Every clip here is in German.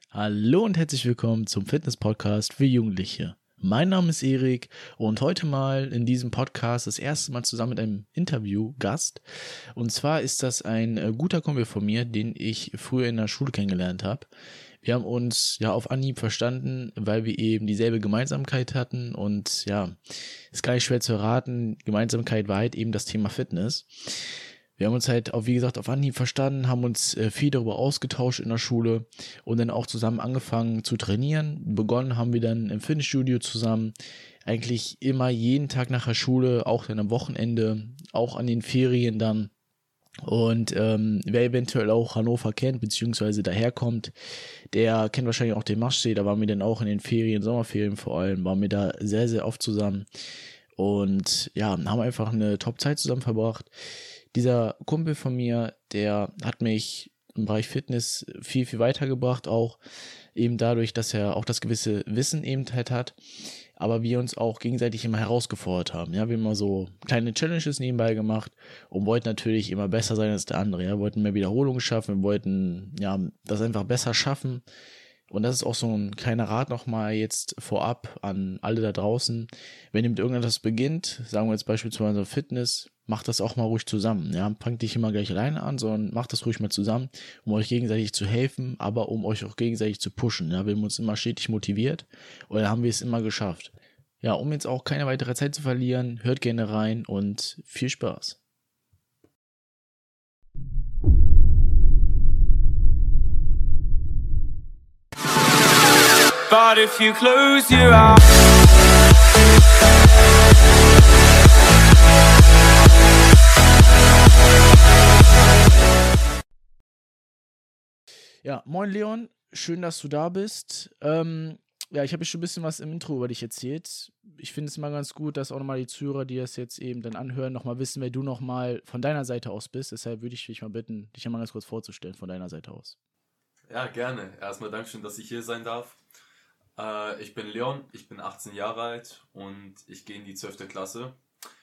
Hallo und herzlich willkommen zum Fitness-Podcast für Jugendliche. Mein Name ist Erik und heute mal in diesem Podcast das erste Mal zusammen mit einem Interviewgast. Und zwar ist das ein guter Kumpel von mir, den ich früher in der Schule kennengelernt habe. Wir haben uns ja auf Anhieb verstanden, weil wir eben dieselbe Gemeinsamkeit hatten und ja, ist gar nicht schwer zu erraten, Gemeinsamkeit war halt eben das Thema Fitness. Wir haben uns halt auch, wie gesagt, auf Anhieb verstanden, haben uns viel darüber ausgetauscht in der Schule und dann auch zusammen angefangen zu trainieren. Begonnen haben wir dann im Fitnessstudio zusammen, eigentlich immer jeden Tag nach der Schule, auch dann am Wochenende, auch an den Ferien dann. Und wer eventuell auch Hannover kennt, beziehungsweise daherkommt, der kennt wahrscheinlich auch den Maschsee. Da waren wir dann auch in den Ferien, Sommerferien vor allem, waren wir da sehr, sehr oft zusammen. Und ja, haben einfach eine Top-Zeit zusammen verbracht. Dieser Kumpel von mir, der hat mich im Bereich Fitness viel, viel weitergebracht, auch eben dadurch, dass er auch das gewisse Wissen eben halt hat, aber wir uns auch gegenseitig immer herausgefordert haben. Ja, wir haben immer so kleine Challenges nebenbei gemacht und wollten natürlich immer besser sein als der andere. Ja, wir wollten mehr Wiederholungen schaffen, wir wollten ja das einfach besser schaffen. Und das ist auch so ein kleiner Rat nochmal jetzt vorab an alle da draußen. Wenn ihr mit irgendetwas beginnt, sagen wir jetzt beispielsweise Fitness, macht das auch mal ruhig zusammen. Ja, fangt nicht immer gleich alleine an, sondern macht das ruhig mal zusammen, um euch gegenseitig zu helfen, aber um euch auch gegenseitig zu pushen. Ja, wir haben uns immer stetig motiviert und dann haben wir es immer geschafft. Ja, um jetzt auch keine weitere Zeit zu verlieren, hört gerne rein und viel Spaß. But if you close your eyes, Ja, moin Leon, schön, dass du da bist. Ja, ich habe schon ein bisschen was im Intro über dich erzählt. Ich finde es mal ganz gut, dass auch nochmal die Zuhörer, die das jetzt eben dann anhören, nochmal wissen, wer du nochmal von deiner Seite aus bist. Deshalb würde ich dich mal bitten, dich einmal ganz kurz vorzustellen von deiner Seite aus. Ja, gerne. Erstmal Dankeschön, dass ich hier sein darf. Ich bin Leon, ich bin 18 Jahre alt und ich gehe in die 12. Klasse.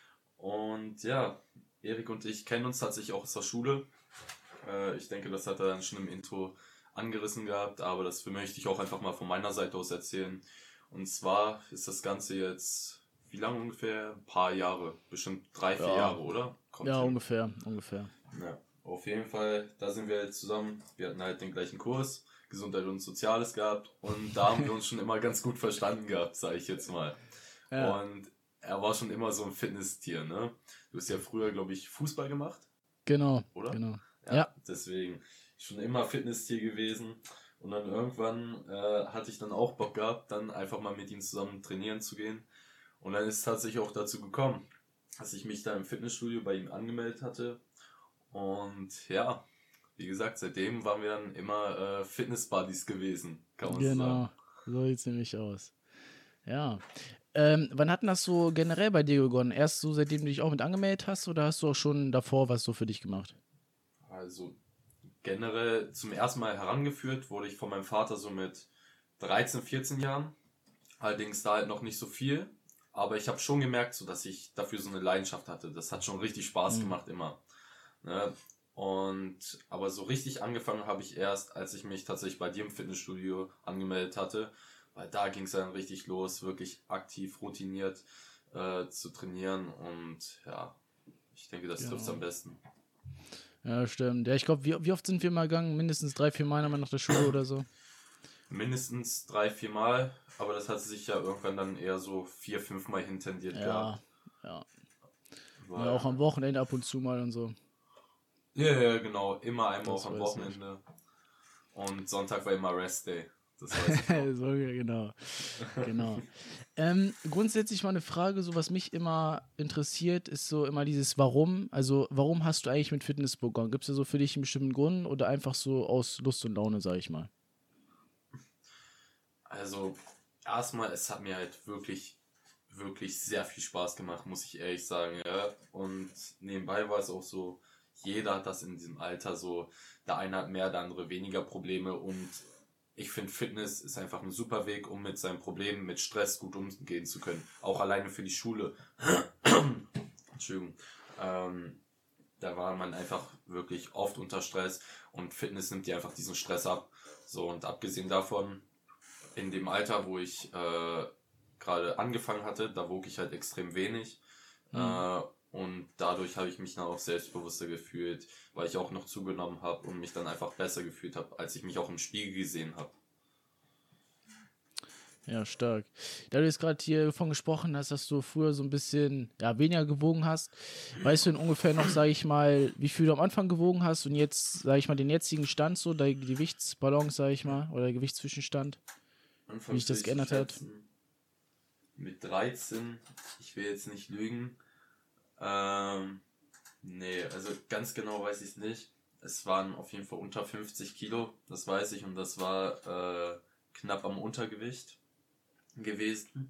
Und ja, Erik und ich kennen uns tatsächlich auch aus der Schule. Ich denke, das hat er dann schon im Intro angerissen gehabt, aber das möchte ich auch einfach mal von meiner Seite aus erzählen. Und zwar ist das Ganze jetzt, wie lange ungefähr? Ein paar Jahre, bestimmt 3-4 Jahre, oder? Kommt Ja, hin. ungefähr. Ja, auf jeden Fall, da sind wir jetzt zusammen. Wir hatten halt den gleichen Kurs, Gesundheit und Soziales gehabt und da haben wir uns schon immer ganz gut verstanden gehabt, sage ich jetzt mal. Ja. Und er war schon immer so ein Fitnesstier, ne? Du hast ja früher, glaube ich, Fußball gemacht, Genau, oder? genau. Ja, Ja. deswegen schon immer Fitnesstier gewesen. Und dann irgendwann hatte ich dann auch Bock gehabt, dann einfach mal mit ihm zusammen trainieren zu gehen. Und dann ist es tatsächlich auch dazu gekommen, dass ich mich da im Fitnessstudio bei ihm angemeldet hatte. Und ja, wie gesagt, seitdem waren wir dann immer Fitness-Buddies gewesen, kann man so sagen. Genau, so sieht es nämlich aus. Ja. Wann hat denn das so generell bei dir begonnen? Erst so, seitdem du dich auch mit angemeldet hast, oder hast du auch schon davor was so für dich gemacht? Also generell zum ersten Mal herangeführt wurde ich von meinem Vater so mit 13, 14 Jahren. Allerdings da halt noch nicht so viel. Aber ich habe schon gemerkt, so, dass ich dafür so eine Leidenschaft hatte. Das hat schon richtig Spaß gemacht immer. Ne? Aber so richtig angefangen habe ich erst, als ich mich tatsächlich bei dir im Fitnessstudio angemeldet hatte. Weil da ging es dann richtig los, wirklich aktiv, routiniert zu trainieren. Und ja, ich denke, das trifft es am besten. Ja, stimmt. Ja, ich glaube, wie oft sind wir mal gegangen? Mindestens 3-4 Mal einmal nach der Schule oder so. Mindestens 3-4 Mal, aber das hat sich ja irgendwann dann eher so 4-5 Mal hintendiert gehabt. Ja. Weil, Ja, auch am Wochenende ab und zu mal und so. ja, genau. Immer einmal Das auch am weiß ich. Wochenende. Und Sonntag war immer Rest Day. Das weiß ich noch. So, genau. Grundsätzlich mal eine Frage, so was mich immer interessiert, ist so immer dieses Warum. Also, warum hast du eigentlich mit Fitness begonnen? Gibt es da so für dich einen bestimmten Grund oder einfach so aus Lust und Laune, sag ich mal? Also, erstmal, es hat mir halt wirklich, wirklich sehr viel Spaß gemacht, muss ich ehrlich sagen. Ja. Und nebenbei war es auch so, jeder hat das in diesem Alter so, der eine hat mehr, der andere weniger Probleme und ich finde, Fitness ist einfach ein super Weg, um mit seinen Problemen, mit Stress gut umgehen zu können. Auch alleine für die Schule. Entschuldigung. Da war man einfach wirklich oft unter Stress und Fitness nimmt dir einfach diesen Stress ab. So, und abgesehen davon, in dem Alter, wo ich gerade angefangen hatte, da wog ich halt extrem wenig. Und dadurch habe ich mich dann auch selbstbewusster gefühlt, weil ich auch noch zugenommen habe und mich dann einfach besser gefühlt habe, als ich mich auch im Spiegel gesehen habe. Ja, stark. Da du jetzt gerade hier davon gesprochen hast, dass du früher so ein bisschen weniger gewogen hast, weißt du denn ungefähr noch, sage ich mal, wie viel du am Anfang gewogen hast und jetzt, sage ich mal, den jetzigen Stand, so der Gewichtsbalance, sage ich mal, oder der Gewichtszwischenstand, wie sich das geändert hat? Mit 13, ich will jetzt nicht lügen, nee, also ganz genau weiß ich es nicht. Es waren auf jeden Fall unter 50 Kilo, das weiß ich, und das war knapp am Untergewicht gewesen.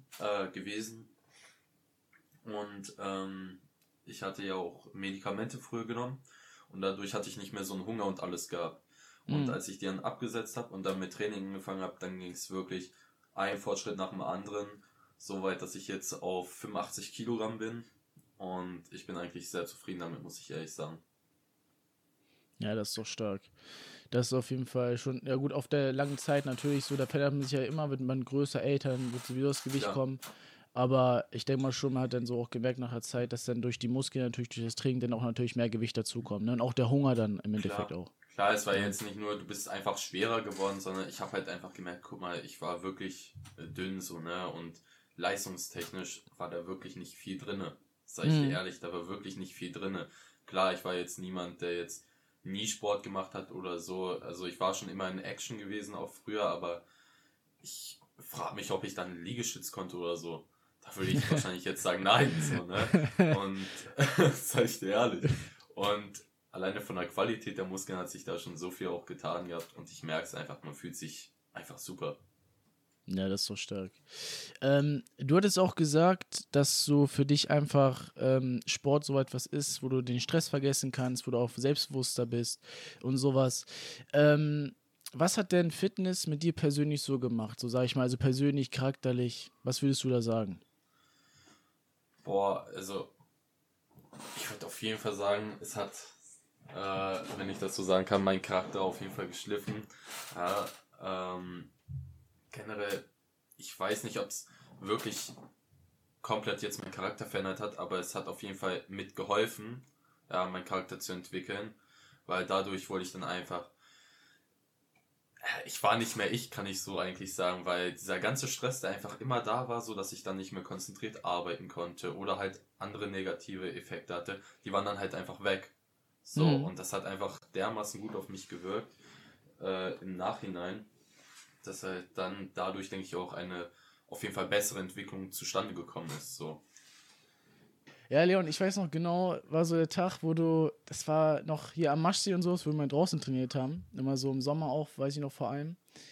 Und ich hatte ja auch Medikamente früher genommen und dadurch hatte ich nicht mehr so einen Hunger und alles gehabt. Und als ich die dann abgesetzt habe und dann mit Training angefangen habe, dann ging es wirklich ein Fortschritt nach dem anderen, so weit, dass ich jetzt auf 85 Kilogramm bin. Und ich bin eigentlich sehr zufrieden damit, muss ich ehrlich sagen. Ja, das ist doch stark. Das ist auf jeden Fall schon, ja gut, auf der langen Zeit natürlich so, da verändert man sich ja immer, wird man größer, älter, dann wird sowieso das Gewicht kommen. Aber ich denke mal schon, man hat dann so auch gemerkt nach der Zeit, dass dann durch die Muskeln, natürlich durch das Training, dann auch natürlich mehr Gewicht dazukommt. Ne? Und auch der Hunger dann im Endeffekt auch. Klar, es war jetzt nicht nur, du bist einfach schwerer geworden, sondern ich habe halt einfach gemerkt, guck mal, ich war wirklich dünn so, ne? Und leistungstechnisch war da wirklich nicht viel drinne. Sag ich dir ehrlich, da war wirklich nicht viel drinne. Klar, ich war jetzt niemand, der jetzt nie Sport gemacht hat oder so. Also ich war schon immer in Action gewesen, auch früher, aber ich frage mich, ob ich dann einen Liegestütz konnte oder so. Da würde ich wahrscheinlich jetzt sagen, nein, so, ne? Und sag ich dir ehrlich. Und alleine von der Qualität der Muskeln hat sich da schon so viel auch getan gehabt und ich merke es einfach, man fühlt sich einfach super. Ja, das ist so stark. Du hattest auch gesagt, dass so für dich einfach Sport so etwas ist, wo du den Stress vergessen kannst, wo du auch selbstbewusster bist und sowas. Was hat denn Fitness mit dir persönlich so gemacht? So sage ich mal, also persönlich, charakterlich, was würdest du da sagen? Boah, also ich würde auf jeden Fall sagen, es hat, wenn ich das so sagen kann, meinen Charakter auf jeden Fall geschliffen. Ja, generell, ich weiß nicht, ob es wirklich komplett jetzt meinen Charakter verändert hat, aber es hat auf jeden Fall mitgeholfen, ja, meinen Charakter zu entwickeln, weil dadurch wurde ich dann einfach, ich war nicht mehr ich, kann ich so eigentlich sagen, weil dieser ganze Stress, der einfach immer da war, so dass ich dann nicht mehr konzentriert arbeiten konnte oder halt andere negative Effekte hatte, die waren dann halt einfach weg. So, und das hat einfach dermaßen gut auf mich gewirkt, im Nachhinein, dass halt dann dadurch, denke ich, auch eine auf jeden Fall bessere Entwicklung zustande gekommen ist. So. Ja, Leon, ich weiß noch genau, war so der Tag, das war noch hier am Maschsee und so, wo wir mal draußen trainiert haben, immer so im Sommer auch, weiß ich noch vor allem.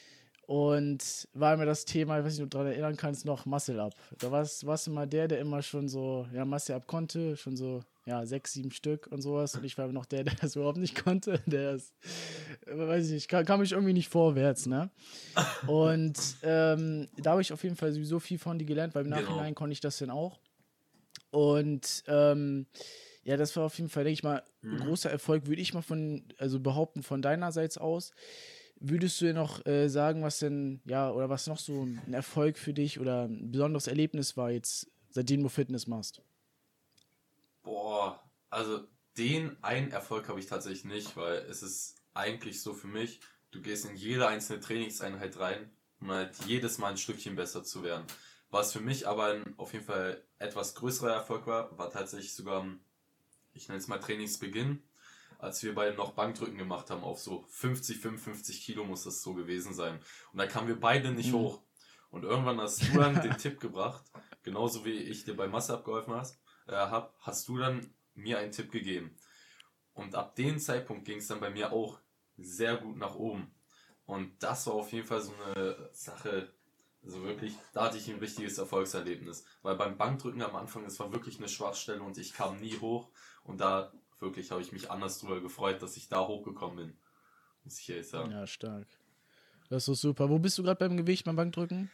Und war immer das Thema, ich weiß nicht, ob du daran erinnern kannst, noch Muscle Up. Da warst du immer der immer schon so, Muscle Up konnte, schon so, 6, 7 Stück und sowas. Und ich war noch der das überhaupt nicht konnte. Weiß ich nicht, kam ich irgendwie nicht vorwärts, ne? Und da habe ich auf jeden Fall sowieso viel von dir gelernt, weil im Nachhinein konnte ich das dann auch. Und das war auf jeden Fall, denke ich mal, ein großer Erfolg, würde ich mal behaupten, von deinerseits aus. Würdest du dir noch sagen, was denn, oder was noch so ein Erfolg für dich oder ein besonderes Erlebnis war jetzt, seitdem du Fitness machst? Boah, also den einen Erfolg habe ich tatsächlich nicht, weil es ist eigentlich so für mich, du gehst in jede einzelne Trainingseinheit rein, um halt jedes Mal ein Stückchen besser zu werden. Was für mich aber auf jeden Fall etwas größerer Erfolg war tatsächlich sogar, ich nenne es mal Trainingsbeginn, als wir beide noch Bankdrücken gemacht haben, auf so 50, 55 Kilo muss das so gewesen sein. Und da kamen wir beide nicht hoch. Und irgendwann hast du dann den Tipp gebracht, genauso wie ich dir bei Muscle Up geholfen hast du dann mir einen Tipp gegeben. Und ab dem Zeitpunkt ging es dann bei mir auch sehr gut nach oben. Und das war auf jeden Fall so eine Sache, also wirklich, da hatte ich ein richtiges Erfolgserlebnis. Weil beim Bankdrücken am Anfang, es war wirklich eine Schwachstelle und ich kam nie hoch. Und da wirklich habe ich mich anders drüber gefreut, dass ich da hochgekommen bin. Muss ich ehrlich sagen. Ja, stark. Das ist so super. Wo bist du gerade beim Gewicht, beim Bankdrücken?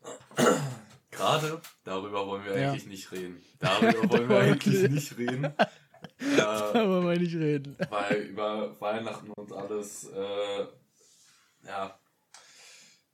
Gerade, darüber wollen wir eigentlich nicht reden. Darüber wollen wir eigentlich nicht reden. Darüber wollen wir nicht reden. Weil über Weihnachten und alles,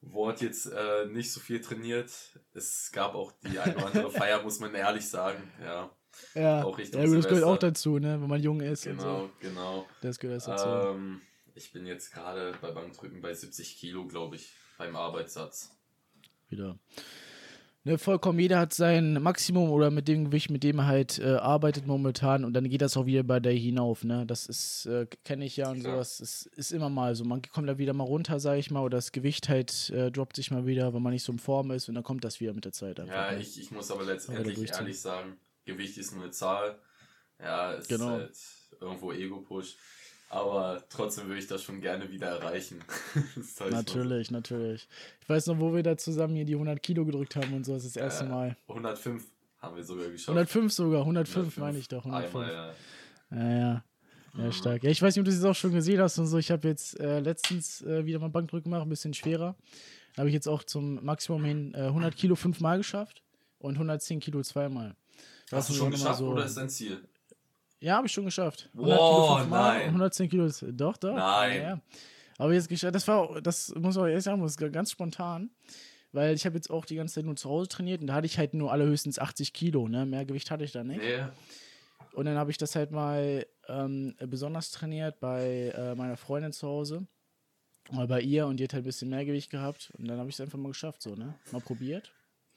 wurde jetzt nicht so viel trainiert. Es gab auch die eine oder andere Feier, muss man ehrlich sagen. Ja, Ja, auch Richtung ja, das gehört auch Silvester. dazu, ne? Wenn man jung ist und so. Genau. Das gehört dazu. Ich bin jetzt gerade bei Bankdrücken bei 70 Kilo, glaube ich, beim Arbeitssatz. Wieder. Ne, vollkommen, jeder hat sein Maximum oder mit dem Gewicht, mit dem er halt arbeitet momentan und dann geht das auch wieder bei der hinauf, ne? Das ist, kenne ich ja und Klar. sowas, ist immer mal so. Man kommt da wieder mal runter, sag ich mal, oder das Gewicht halt droppt sich mal wieder, wenn man nicht so in Form ist und dann kommt das wieder mit der Zeit einfach. Ja, Ne? ich muss aber Aber letztendlich durchziehen. ehrlich sagen, Gewicht ist nur eine Zahl. Ja, es ist Genau. halt irgendwo Ego-Push. Aber trotzdem würde ich das schon gerne wieder erreichen. Das sag ich mal so. Natürlich. Ich weiß noch, wo wir da zusammen hier die 100 Kilo gedrückt haben und so, das ist das erste Mal. 105 haben wir sogar geschafft. 105 sogar, 105 meine ich doch, 105. Einmal, ja. Ja. Ja, stark. Ja, ich weiß nicht, ob du das auch schon gesehen hast und so. Ich habe jetzt letztens wieder mal Bankdrücken gemacht, ein bisschen schwerer. Habe ich jetzt auch zum Maximum hin 100 Kilo 5-mal geschafft und 110 Kilo 2-mal. Hast du Das schon ist geschafft so, oder ist dein Ziel? Ja, habe ich schon geschafft. 100 Wow, Kilo 5-mal nein. und 110 Kilo. Doch. Nein. Ja. Aber jetzt geschafft. Das muss ich auch ehrlich sagen, das ist ganz spontan. Weil ich habe jetzt auch die ganze Zeit nur zu Hause trainiert und da hatte ich halt nur allerhöchstens 80 Kilo. Ne? Mehr Gewicht hatte ich da nicht. Nee. Und dann habe ich das halt mal besonders trainiert bei meiner Freundin zu Hause. Mal bei ihr und die hat halt ein bisschen mehr Gewicht gehabt. Und dann habe ich es einfach mal geschafft, so, ne? Mal probiert.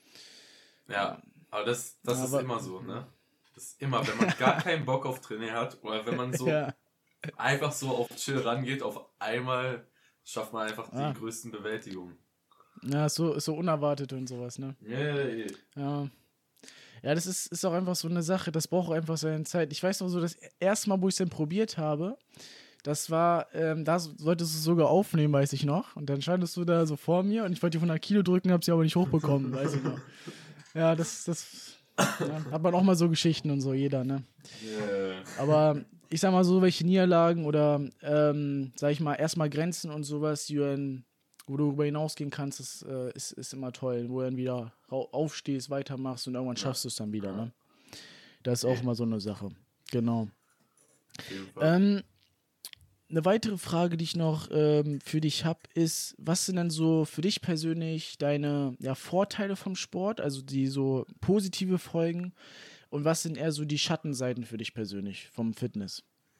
Ja, aber das ist Aber- immer so, ne? Das ist immer, wenn man gar keinen Bock auf Training hat oder wenn man so Ja. einfach so auf Chill rangeht, auf einmal schafft man einfach die Ah. größten Bewältigungen. Ja, ist so unerwartet und sowas, ne? Yeah. Ja. Ja, das ist auch einfach so eine Sache, das braucht auch einfach seine Zeit. Ich weiß noch so, das erste Mal, wo ich es dann probiert habe, das war, da solltest du es sogar aufnehmen, weiß ich noch. Und dann standest du da so vor mir und ich wollte die 100 Kilo drücken, habe sie aber nicht hochbekommen, weiß ich noch. Ja, das ja, hat man auch mal so Geschichten und so, jeder, ne? Yeah. Aber ich sag mal so, welche Niederlagen oder, sag ich mal, erstmal Grenzen und sowas, wo du darüber hinausgehen kannst, das ist immer toll, wo du dann wieder aufstehst, weitermachst und irgendwann schaffst du es dann wieder, ne? Das ist auch immer so eine Sache. Genau. Auf jeden Fall. Eine weitere Frage, die ich noch für dich habe, ist, was sind denn so für dich persönlich deine Vorteile vom Sport, also die so positive Folgen und was sind eher so die Schattenseiten für dich persönlich vom Fitness?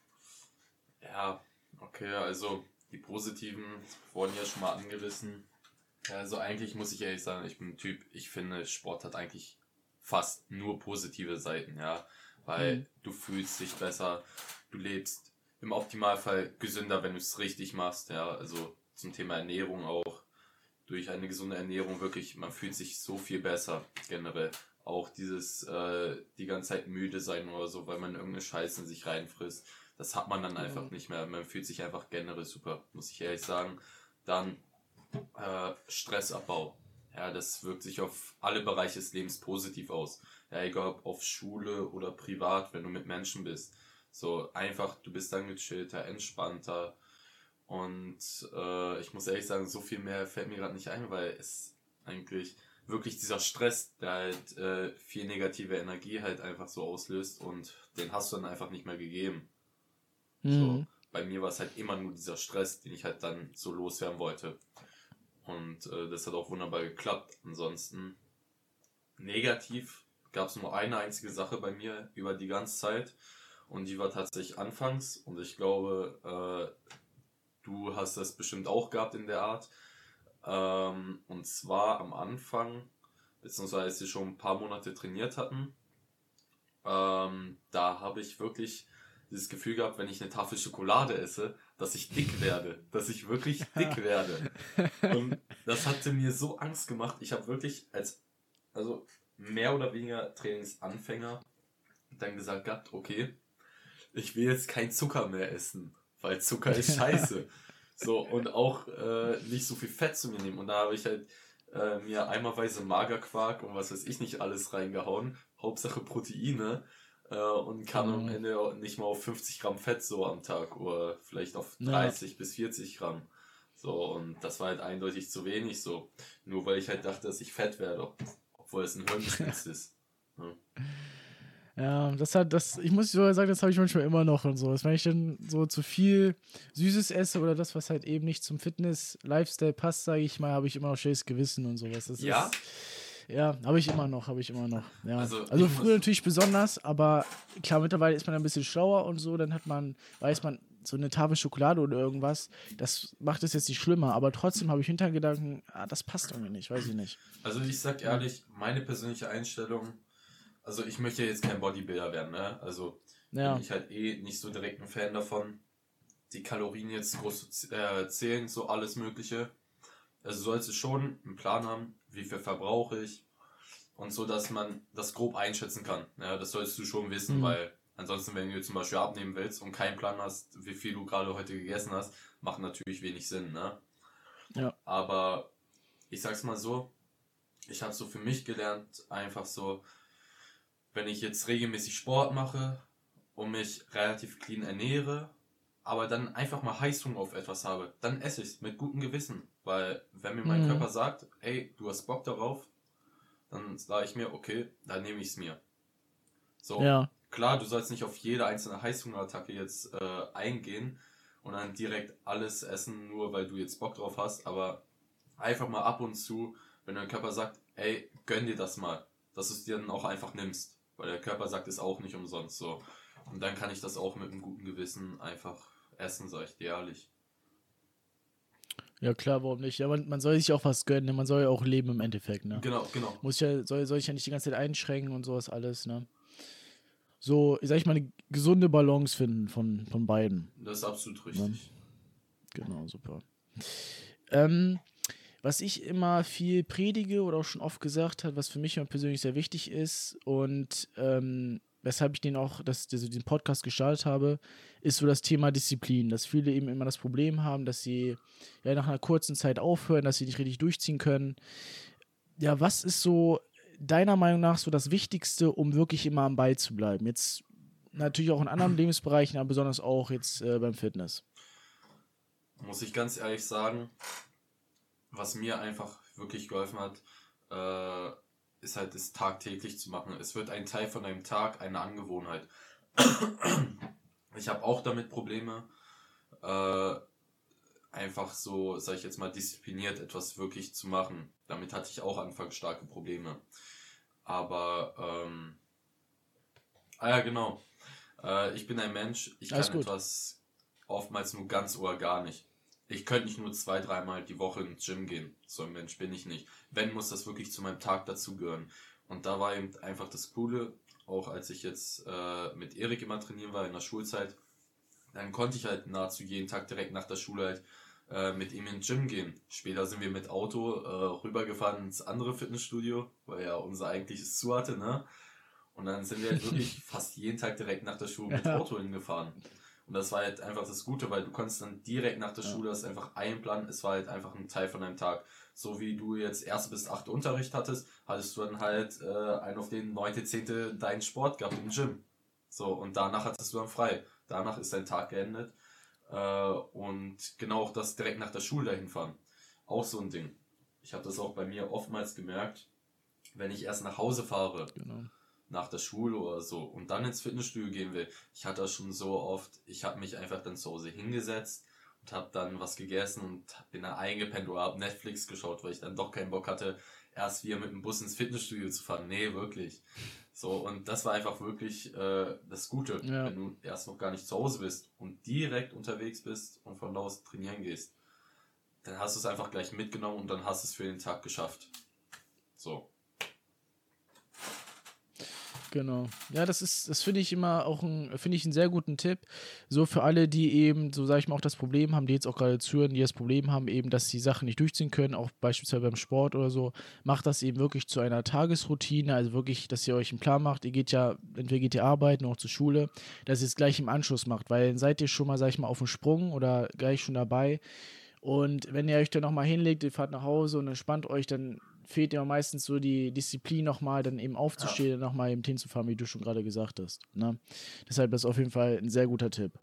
Ja, okay, also die positiven wurden ja schon mal angerissen. Ja, also eigentlich muss ich ehrlich sagen, ich bin ein Typ, ich finde, Sport hat eigentlich fast nur positive Seiten, ja. Weil du fühlst dich besser, du lebst im Optimalfall gesünder, wenn du es richtig machst, ja. Also zum Thema Ernährung auch. Durch eine gesunde Ernährung wirklich, man fühlt sich so viel besser generell. Auch dieses die ganze Zeit müde sein oder so, weil man irgendeine Scheiße in sich reinfrisst. Das hat man dann einfach nicht mehr. Man fühlt sich einfach generell super, muss ich ehrlich sagen. Dann Stressabbau. Ja, das wirkt sich auf alle Bereiche des Lebens positiv aus. Ja, egal ob auf Schule oder privat, wenn du mit Menschen bist. So einfach, du bist dann gechillter, entspannter. Und ich muss ehrlich sagen, so viel mehr fällt mir gerade nicht ein, weil es eigentlich wirklich dieser Stress, der halt viel negative Energie halt einfach so auslöst und den hast du dann einfach nicht mehr gegeben. So, bei mir war es halt immer nur dieser Stress, den ich halt dann so loswerden wollte. Und das hat auch wunderbar geklappt. Ansonsten negativ gab es nur eine einzige Sache bei mir über die ganze Zeit. Und die war tatsächlich anfangs. Und ich glaube, du hast das bestimmt auch gehabt in der Art. Und zwar am Anfang, beziehungsweise als wir schon ein paar Monate trainiert hatten, da habe ich wirklich dieses Gefühl gehabt, wenn ich eine Tafel Schokolade esse, dass ich dick werde, dass ich wirklich dick werde. Und das hatte mir so Angst gemacht. Ich habe wirklich also mehr oder weniger Trainingsanfänger dann gesagt gehabt, okay, ich will jetzt kein Zucker mehr essen, weil Zucker ist scheiße. So, und auch nicht so viel Fett zu mir nehmen. Und da habe ich halt mir eimerweise Magerquark und was weiß ich nicht alles reingehauen. Hauptsache Proteine. Und kam am Ende auch nicht mal auf 50 Gramm Fett so am Tag oder vielleicht auf 30 bis 40 Gramm. So, und das war halt eindeutig zu wenig so. Nur weil ich halt dachte, dass ich fett werde, obwohl es ein Hirngespinst ist. Ja. Ja, ich muss sogar sagen, das habe ich manchmal immer noch und so. Dass wenn ich dann so zu viel Süßes esse oder das, was halt eben nicht zum Fitness-Lifestyle passt, sage ich mal, habe ich immer noch schlechtes Gewissen und sowas. Ja? Ja, habe ich immer noch. Ja. Also, Also ich früher muss- natürlich besonders, aber klar, mittlerweile ist man ein bisschen schlauer und so, dann weiß man, so eine Tafel Schokolade oder irgendwas, das macht es jetzt nicht schlimmer, aber trotzdem habe ich Hintergedanken, das passt irgendwie nicht, weiß ich nicht. Also ich sag ehrlich, meine persönliche Einstellung, also ich möchte jetzt kein Bodybuilder werden, ne? Also Ja, bin ich halt nicht so direkt ein Fan davon, die Kalorien jetzt groß zu zählen, so alles Mögliche. Also sollst du schon einen Plan haben, wie viel verbrauche ich und so, dass man das grob einschätzen kann. Ja, das solltest du schon wissen, weil ansonsten, wenn du zum Beispiel abnehmen willst und keinen Plan hast, wie viel du gerade heute gegessen hast, macht natürlich wenig Sinn, ne? ja, Aber ich sag's mal so, ich habe so für mich gelernt, einfach so, wenn ich jetzt regelmäßig Sport mache und mich relativ clean ernähre, aber dann einfach mal Heißhunger auf etwas habe, dann esse ich es mit gutem Gewissen. Weil wenn mir mein Körper sagt, ey, du hast Bock darauf, dann sage ich mir, okay, dann nehme ich es mir. So, ja, klar, du sollst nicht auf jede einzelne Heißhungerattacke jetzt eingehen und dann direkt alles essen, nur weil du jetzt Bock drauf hast, aber einfach mal ab und zu, wenn dein Körper sagt, ey, gönn dir das mal, dass du es dir dann auch einfach nimmst. Weil der Körper sagt es auch nicht umsonst so. Und dann kann ich das auch mit einem guten Gewissen einfach essen, sag ich dir ehrlich. ja klar, warum nicht? Ja, man soll sich auch was gönnen, ne? Man soll ja auch leben im Endeffekt, ne? Genau, genau. Soll ich ja nicht die ganze Zeit einschränken und sowas alles, ne? So, sag ich mal, eine gesunde Balance finden von beiden. Das ist absolut Ne? richtig. Genau, super. Was ich immer viel predige oder auch schon oft gesagt habe, was für mich immer persönlich sehr wichtig ist und weshalb ich diesen Podcast gestartet habe, ist so das Thema Disziplin, dass viele eben immer das Problem haben, dass sie ja nach einer kurzen Zeit aufhören, dass sie nicht richtig durchziehen können. Ja, was ist so deiner Meinung nach so das Wichtigste, um wirklich immer am Ball zu bleiben? Jetzt natürlich auch in anderen Lebensbereichen, aber besonders auch jetzt beim Fitness. Muss ich ganz ehrlich sagen, was mir einfach wirklich geholfen hat, ist halt das tagtäglich zu machen. Es wird ein Teil von deinem Tag, eine Angewohnheit. Ich habe auch damit Probleme, einfach so, sag ich jetzt mal, diszipliniert etwas wirklich zu machen. Damit hatte ich auch anfangs starke Probleme. Aber, ja genau. Ich bin ein Mensch, ich Alles kann gut. etwas oftmals nur ganz oder gar nicht. Ich könnte nicht nur 2-3 Mal die Woche ins Gym gehen. So ein Mensch bin ich nicht. Wenn, muss das wirklich zu meinem Tag dazugehören. Und da war eben einfach das Coole, auch als ich jetzt mit Erik immer trainieren war in der Schulzeit, dann konnte ich halt nahezu jeden Tag direkt nach der Schule halt mit ihm ins Gym gehen. Später sind wir mit Auto rübergefahren ins andere Fitnessstudio, weil ja unser eigentliches zu hatte, ne? Und dann sind wir halt wirklich fast jeden Tag direkt nach der Schule mit Auto hingefahren. Und das war halt einfach das Gute, weil du konntest dann direkt nach der Schule das einfach einplanen. Es war halt einfach ein Teil von deinem Tag. So wie du jetzt 1. bis 8. Unterricht hattest du dann halt einen auf den 9., 10. deinen Sport gehabt im Gym. So, und danach hattest du dann frei. Danach ist dein Tag geendet. Und genau auch das direkt nach der Schule dahin fahren. Auch so ein Ding. Ich habe das auch bei mir oftmals gemerkt, wenn ich erst nach Hause fahre, Genau. nach der Schule oder so und dann ins Fitnessstudio gehen will. Ich hatte das schon so oft, ich habe mich einfach dann zu Hause hingesetzt und habe dann was gegessen und bin dann eingepennt oder habe Netflix geschaut, weil ich dann doch keinen Bock hatte, erst wieder mit dem Bus ins Fitnessstudio zu fahren. Nee, wirklich. So, und das war einfach wirklich das Gute, Ja. wenn du erst noch gar nicht zu Hause bist und direkt unterwegs bist und von da aus trainieren gehst. Dann hast du es einfach gleich mitgenommen und dann hast du es für den Tag geschafft. So. Genau. Ja, das finde ich immer auch finde ich einen sehr guten Tipp. So für alle, die eben, so sage ich mal, auch das Problem haben, die jetzt auch gerade zuhören, die das Problem haben, eben, dass die Sachen nicht durchziehen können, auch beispielsweise beim Sport oder so, macht das eben wirklich zu einer Tagesroutine, also wirklich, dass ihr euch einen Plan macht, entweder geht ihr arbeiten oder auch zur Schule, dass ihr es gleich im Anschluss macht, weil dann seid ihr schon mal, sag ich mal, auf dem Sprung oder gleich schon dabei. Und wenn ihr euch dann nochmal hinlegt, ihr fahrt nach Hause und entspannt euch, dann fehlt ja meistens so die Disziplin nochmal, dann eben aufzustehen und nochmal eben hinzufahren, wie du schon gerade gesagt hast. Ne? Deshalb ist das auf jeden Fall ein sehr guter Tipp.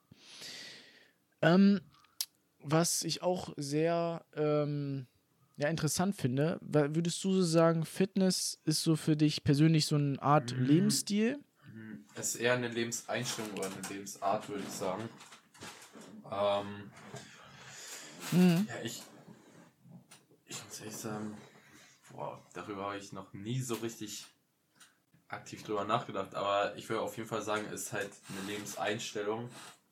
Was ich auch sehr interessant finde, würdest du so sagen, Fitness ist so für dich persönlich so eine Art Lebensstil? es ist eher eine Lebenseinstellung oder eine Lebensart, würde ich sagen. Ja, ich muss ehrlich sagen, darüber habe ich noch nie so richtig aktiv drüber nachgedacht, aber ich würde auf jeden Fall sagen, es ist halt eine Lebenseinstellung,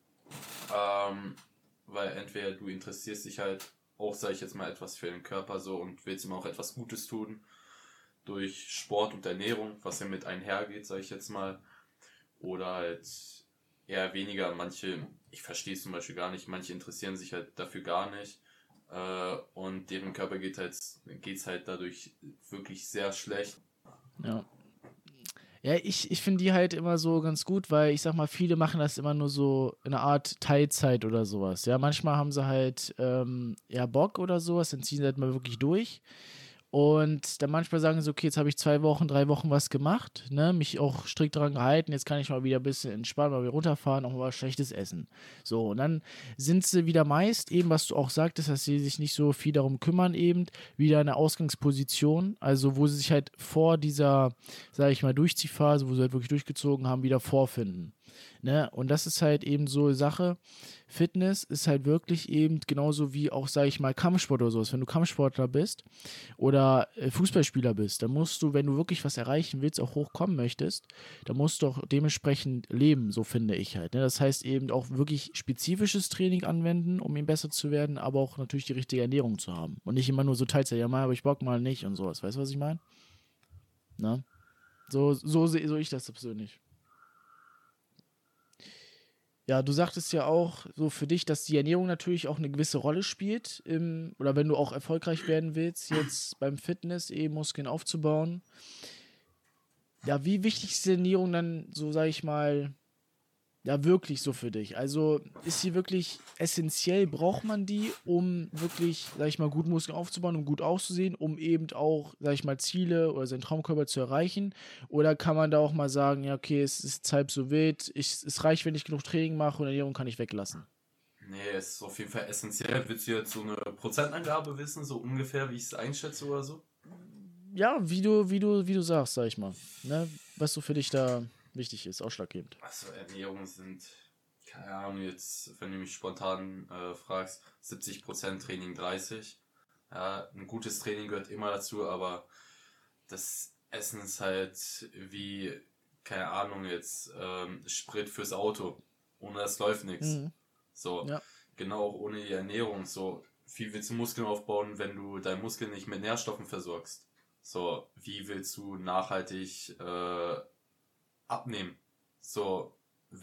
weil entweder du interessierst dich halt auch, sage ich jetzt mal, etwas für den Körper so und willst ihm auch etwas Gutes tun, durch Sport und Ernährung, was ja mit einhergeht, sage ich jetzt mal, oder halt eher weniger, ich verstehe es zum Beispiel gar nicht, manche interessieren sich halt dafür gar nicht und deren Körper geht's halt dadurch wirklich sehr schlecht. Ja. Ja, ich finde die halt immer so ganz gut, weil ich sag mal, viele machen das immer nur so in einer Art Teilzeit oder sowas. Ja, manchmal haben sie halt ja Bock oder sowas, dann ziehen sie halt mal wirklich durch. Und dann manchmal sagen sie, okay, jetzt habe ich 2 Wochen, 3 Wochen was gemacht, ne, mich auch strikt daran gehalten, jetzt kann ich mal wieder ein bisschen entspannen, mal wieder runterfahren, auch mal was Schlechtes essen. So, und dann sind sie wieder meist, eben was du auch sagtest, dass sie sich nicht so viel darum kümmern, eben wieder in der Ausgangsposition, also wo sie sich halt vor dieser, sage ich mal, Durchziehphase, wo sie halt wirklich durchgezogen haben, wieder vorfinden. Ne? Und das ist halt eben so eine Sache. Fitness ist halt wirklich eben genauso wie auch, sage ich mal, Kampfsport oder sowas. Wenn du Kampfsportler bist oder Fußballspieler bist, dann musst du, wenn du wirklich was erreichen willst, auch hochkommen möchtest, dann musst du auch dementsprechend leben, so finde ich halt. Ne? Das heißt eben auch wirklich spezifisches Training anwenden, um eben besser zu werden, aber auch natürlich die richtige Ernährung zu haben. Und nicht immer nur so Teilzeit, ja mal habe ich Bock, mal nicht und sowas. Weißt du, was ich meine? Ne? So sehe ich das persönlich. Ja, du sagtest ja auch so für dich, dass die Ernährung natürlich auch eine gewisse Rolle spielt, oder wenn du auch erfolgreich werden willst, jetzt beim Fitness eben Muskeln aufzubauen. Ja, wie wichtig ist die Ernährung dann, so sage ich mal, ja, wirklich so für dich? Also ist sie wirklich essentiell? Braucht man die, um wirklich, sag ich mal, gut Muskeln aufzubauen, um gut auszusehen, um eben auch, sag ich mal, Ziele oder seinen Traumkörper zu erreichen? Oder kann man da auch mal sagen, ja, okay, es ist halb so wild, es reicht, wenn ich genug Training mache und Ernährung kann ich weglassen? Nee, es ist auf jeden Fall essentiell. Willst du jetzt so eine Prozentangabe wissen, so ungefähr, wie ich es einschätze oder so? Ja, wie du sagst, sag ich mal. Ne? Was so für dich da wichtig ist, ausschlaggebend. Also Ernährung sind, keine Ahnung, jetzt, wenn du mich spontan fragst, 70% Training, 30%. Ja, ein gutes Training gehört immer dazu, aber das Essen ist halt wie, keine Ahnung, jetzt Sprit fürs Auto. Ohne das läuft nichts. Mhm. So, Ja. genau auch ohne die Ernährung. So, wie willst du Muskeln aufbauen, wenn du deine Muskeln nicht mit Nährstoffen versorgst? So, wie willst du nachhaltig abnehmen? So,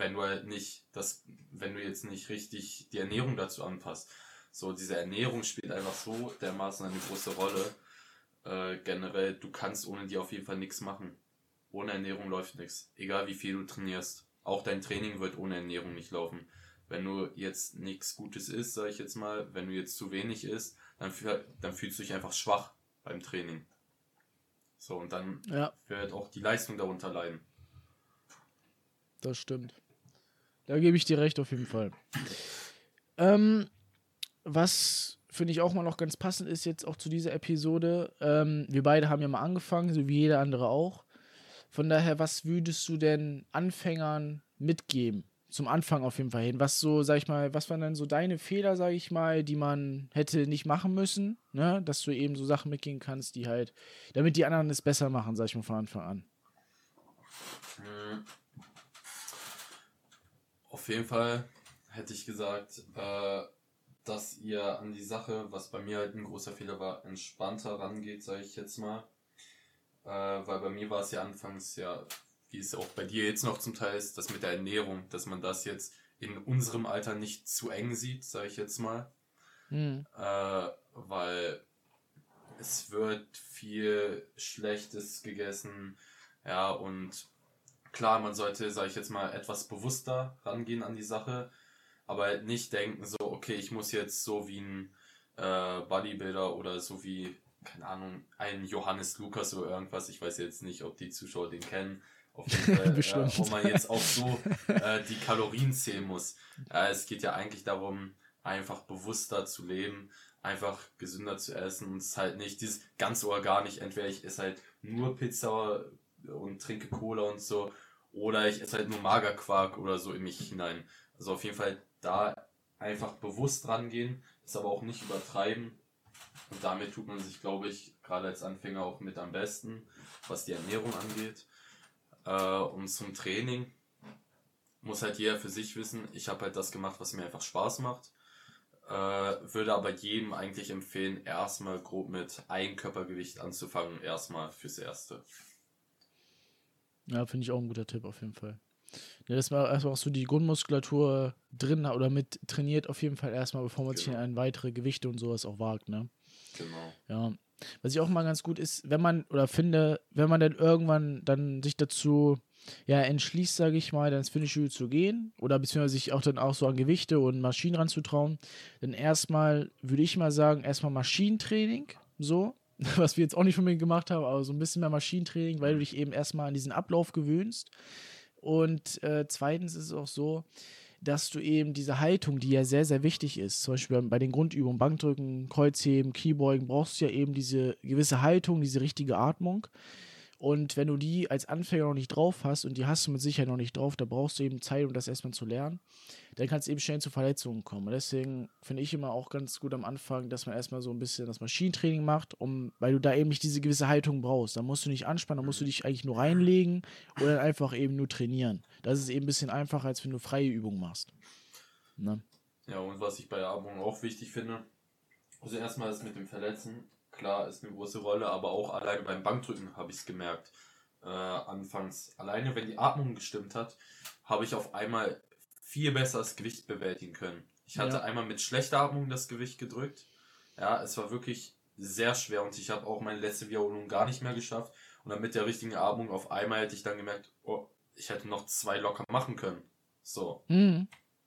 wenn du jetzt nicht richtig die Ernährung dazu anpasst. So, diese Ernährung spielt einfach so dermaßen eine große Rolle. Generell, du kannst ohne die auf jeden Fall nichts machen. Ohne Ernährung läuft nichts. Egal wie viel du trainierst. Auch dein Training wird ohne Ernährung nicht laufen. Wenn du jetzt nichts Gutes isst, sag ich jetzt mal, wenn du jetzt zu wenig isst, dann fühlst du dich einfach schwach beim Training. So, und dann Ja, wird auch die Leistung darunter leiden. das stimmt. Da gebe ich dir recht auf jeden Fall. Was finde ich auch mal noch ganz passend ist jetzt auch zu dieser Episode. Wir beide haben ja mal angefangen, so wie jeder andere auch. Von daher, was würdest du denn Anfängern mitgeben? Zum Anfang auf jeden Fall hin. Was so, sag ich mal, was waren dann so deine Fehler, sag ich mal, die man hätte nicht machen müssen, ne? Dass du eben so Sachen mitgehen kannst, die halt, damit die anderen es besser machen, sag ich mal von Anfang an. Auf jeden Fall hätte ich gesagt, dass ihr an die Sache, was bei mir halt ein großer Fehler war, entspannter rangeht, sage ich jetzt mal. Weil bei mir war es ja anfangs ja, wie es auch bei dir jetzt noch zum Teil ist, das mit der Ernährung, dass man das jetzt in unserem Alter nicht zu eng sieht, sage ich jetzt mal. Weil es wird viel Schlechtes gegessen, ja, und klar, man sollte, sage ich jetzt mal, etwas bewusster rangehen an die Sache, aber halt nicht denken so, okay, ich muss jetzt so wie ein Bodybuilder oder so wie, keine Ahnung, ein Johannes Lukas oder irgendwas, ich weiß jetzt nicht, ob die Zuschauer den kennen, auf jeden Fall, Bestimmt. wo man jetzt auch so die Kalorien zählen muss. Es geht ja eigentlich darum, einfach bewusster zu leben, einfach gesünder zu essen und es ist halt nicht dieses ganz oder gar nicht, entweder ich esse halt nur Pizza und trinke Cola und so, oder ich esse halt nur Magerquark oder so in mich hinein. Also auf jeden Fall da einfach bewusst rangehen, das aber auch nicht übertreiben. Und damit tut man sich, glaube ich, gerade als Anfänger auch mit am besten, was die Ernährung angeht. Und zum Training muss halt jeder für sich wissen. Ich habe halt das gemacht, was mir einfach Spaß macht. Würde aber jedem eigentlich empfehlen, erstmal grob mit Eigenkörpergewicht anzufangen, erstmal fürs Erste. Ja, finde ich auch ein guter Tipp auf jeden Fall. Ja, dass man erstmal auch so die Grundmuskulatur drin hat oder mit trainiert auf jeden Fall erstmal, bevor man sich in weitere Gewichte und sowas auch wagt, ne? Genau. Ja. Was ich auch mal ganz gut ist, wenn man dann irgendwann dann sich dazu entschließt, sage ich mal, dann ins Fitnessstudio zu gehen oder beziehungsweise sich auch dann auch so an Gewichte und Maschinen ranzutrauen, dann erstmal, würde ich mal sagen, erstmal Maschinentraining, so, was wir jetzt auch nicht unbedingt gemacht haben, aber so ein bisschen mehr Maschinentraining, weil du dich eben erstmal an diesen Ablauf gewöhnst. Und zweitens ist es auch so, dass du eben diese Haltung, die ja sehr, sehr wichtig ist, zum Beispiel bei den Grundübungen, Bankdrücken, Kreuzheben, Kniebeugen, brauchst du ja eben diese gewisse Haltung, diese richtige Atmung. Und wenn du die als Anfänger noch nicht drauf hast, und die hast du mit Sicherheit noch nicht drauf, da brauchst du eben Zeit, um das erstmal zu lernen, dann kann es eben schnell zu Verletzungen kommen. Und deswegen finde ich immer auch ganz gut am Anfang, dass man erstmal so ein bisschen das Maschinentraining macht, weil du da eben nicht diese gewisse Haltung brauchst. Da musst du nicht anspannen, da musst du dich eigentlich nur reinlegen oder dann einfach eben nur trainieren. Das ist eben ein bisschen einfacher, als wenn du freie Übungen machst. Ne? Ja, und was ich bei der Atmung auch wichtig finde, also erstmal ist mit dem Verletzen, klar, ist eine große Rolle, aber auch alleine beim Bankdrücken habe ich es gemerkt. Anfangs, alleine wenn die Atmung gestimmt hat, habe ich auf einmal viel besser das Gewicht bewältigen können. Ich hatte einmal mit schlechter Atmung das Gewicht gedrückt. Ja, es war wirklich sehr schwer und ich habe auch meine letzte Wiederholung gar nicht mehr geschafft. Und dann mit der richtigen Atmung auf einmal hätte ich dann gemerkt, oh, ich hätte noch 2 locker machen können. So. Mhm.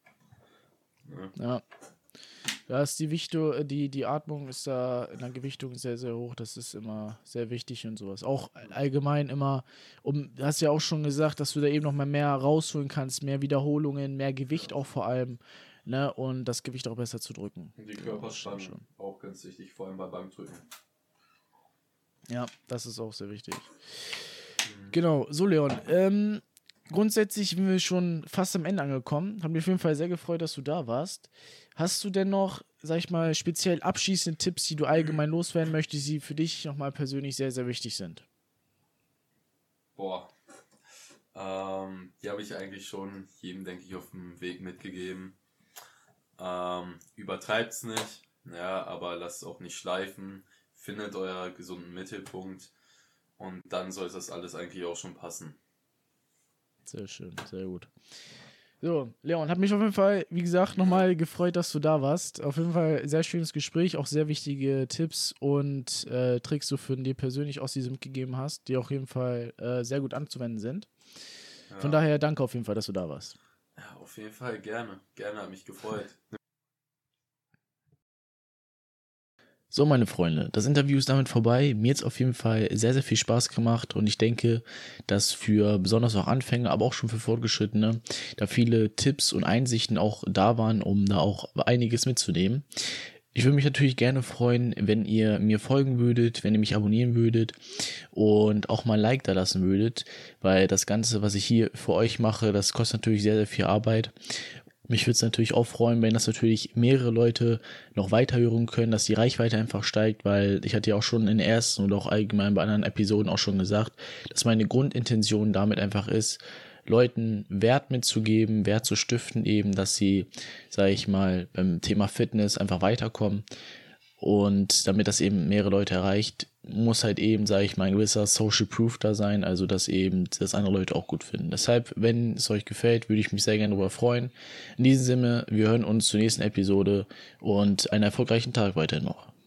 Ja. Da ist die Atmung ist da in der Gewichtung sehr, sehr hoch. Das ist immer sehr wichtig und sowas. Auch allgemein immer, du hast ja auch schon gesagt, dass du da eben noch mal mehr rausholen kannst, mehr Wiederholungen, mehr Gewicht auch vor allem, ne, und das Gewicht auch besser zu drücken. Und die Körperspannung auch ganz wichtig, vor allem bei Bankdrücken. Ja, das ist auch sehr wichtig. Genau, so Leon, grundsätzlich sind wir schon fast am Ende angekommen. Hat mich auf jeden Fall sehr gefreut, dass du da warst. Hast du denn noch, sag ich mal, speziell abschließende Tipps, die du allgemein loswerden möchtest, die für dich nochmal persönlich sehr, sehr wichtig sind? Boah. Die habe ich eigentlich schon jedem, denke ich, auf dem Weg mitgegeben. Übertreibt's nicht, ja, aber lasst es auch nicht schleifen. Findet euer gesunden Mittelpunkt und dann soll das alles eigentlich auch schon passen. Sehr schön, sehr gut. So, Leon, hat mich auf jeden Fall, wie gesagt, nochmal gefreut, dass du da warst. Auf jeden Fall sehr schönes Gespräch, auch sehr wichtige Tipps und Tricks, die du dir persönlich aus diesem mitgegeben hast, die auf jeden Fall sehr gut anzuwenden sind. Ja. Von daher danke auf jeden Fall, dass du da warst. Ja, auf jeden Fall gerne. Gerne, hat mich gefreut. So, meine Freunde, das Interview ist damit vorbei. Mir hat es auf jeden Fall sehr, sehr viel Spaß gemacht und ich denke, dass für besonders auch Anfänger, aber auch schon für Fortgeschrittene, da viele Tipps und Einsichten auch da waren, um da auch einiges mitzunehmen. Ich würde mich natürlich gerne freuen, wenn ihr mir folgen würdet, wenn ihr mich abonnieren würdet und auch mal ein Like da lassen würdet, weil das Ganze, was ich hier für euch mache, das kostet natürlich sehr, sehr viel Arbeit. Mich würde es natürlich auch freuen, wenn das natürlich mehrere Leute noch weiterhören können, dass die Reichweite einfach steigt, weil ich hatte ja auch schon in der ersten oder auch allgemein bei anderen Episoden auch schon gesagt, dass meine Grundintention damit einfach ist, Leuten Wert mitzugeben, Wert zu stiften eben, dass sie, sage ich mal, beim Thema Fitness einfach weiterkommen. Und damit das eben mehrere Leute erreicht, muss halt eben, sage ich mal, ein gewisser Social Proof da sein, also dass eben das andere Leute auch gut finden. Deshalb, wenn es euch gefällt, würde ich mich sehr gerne darüber freuen. In diesem Sinne, wir hören uns zur nächsten Episode und einen erfolgreichen Tag weiterhin noch.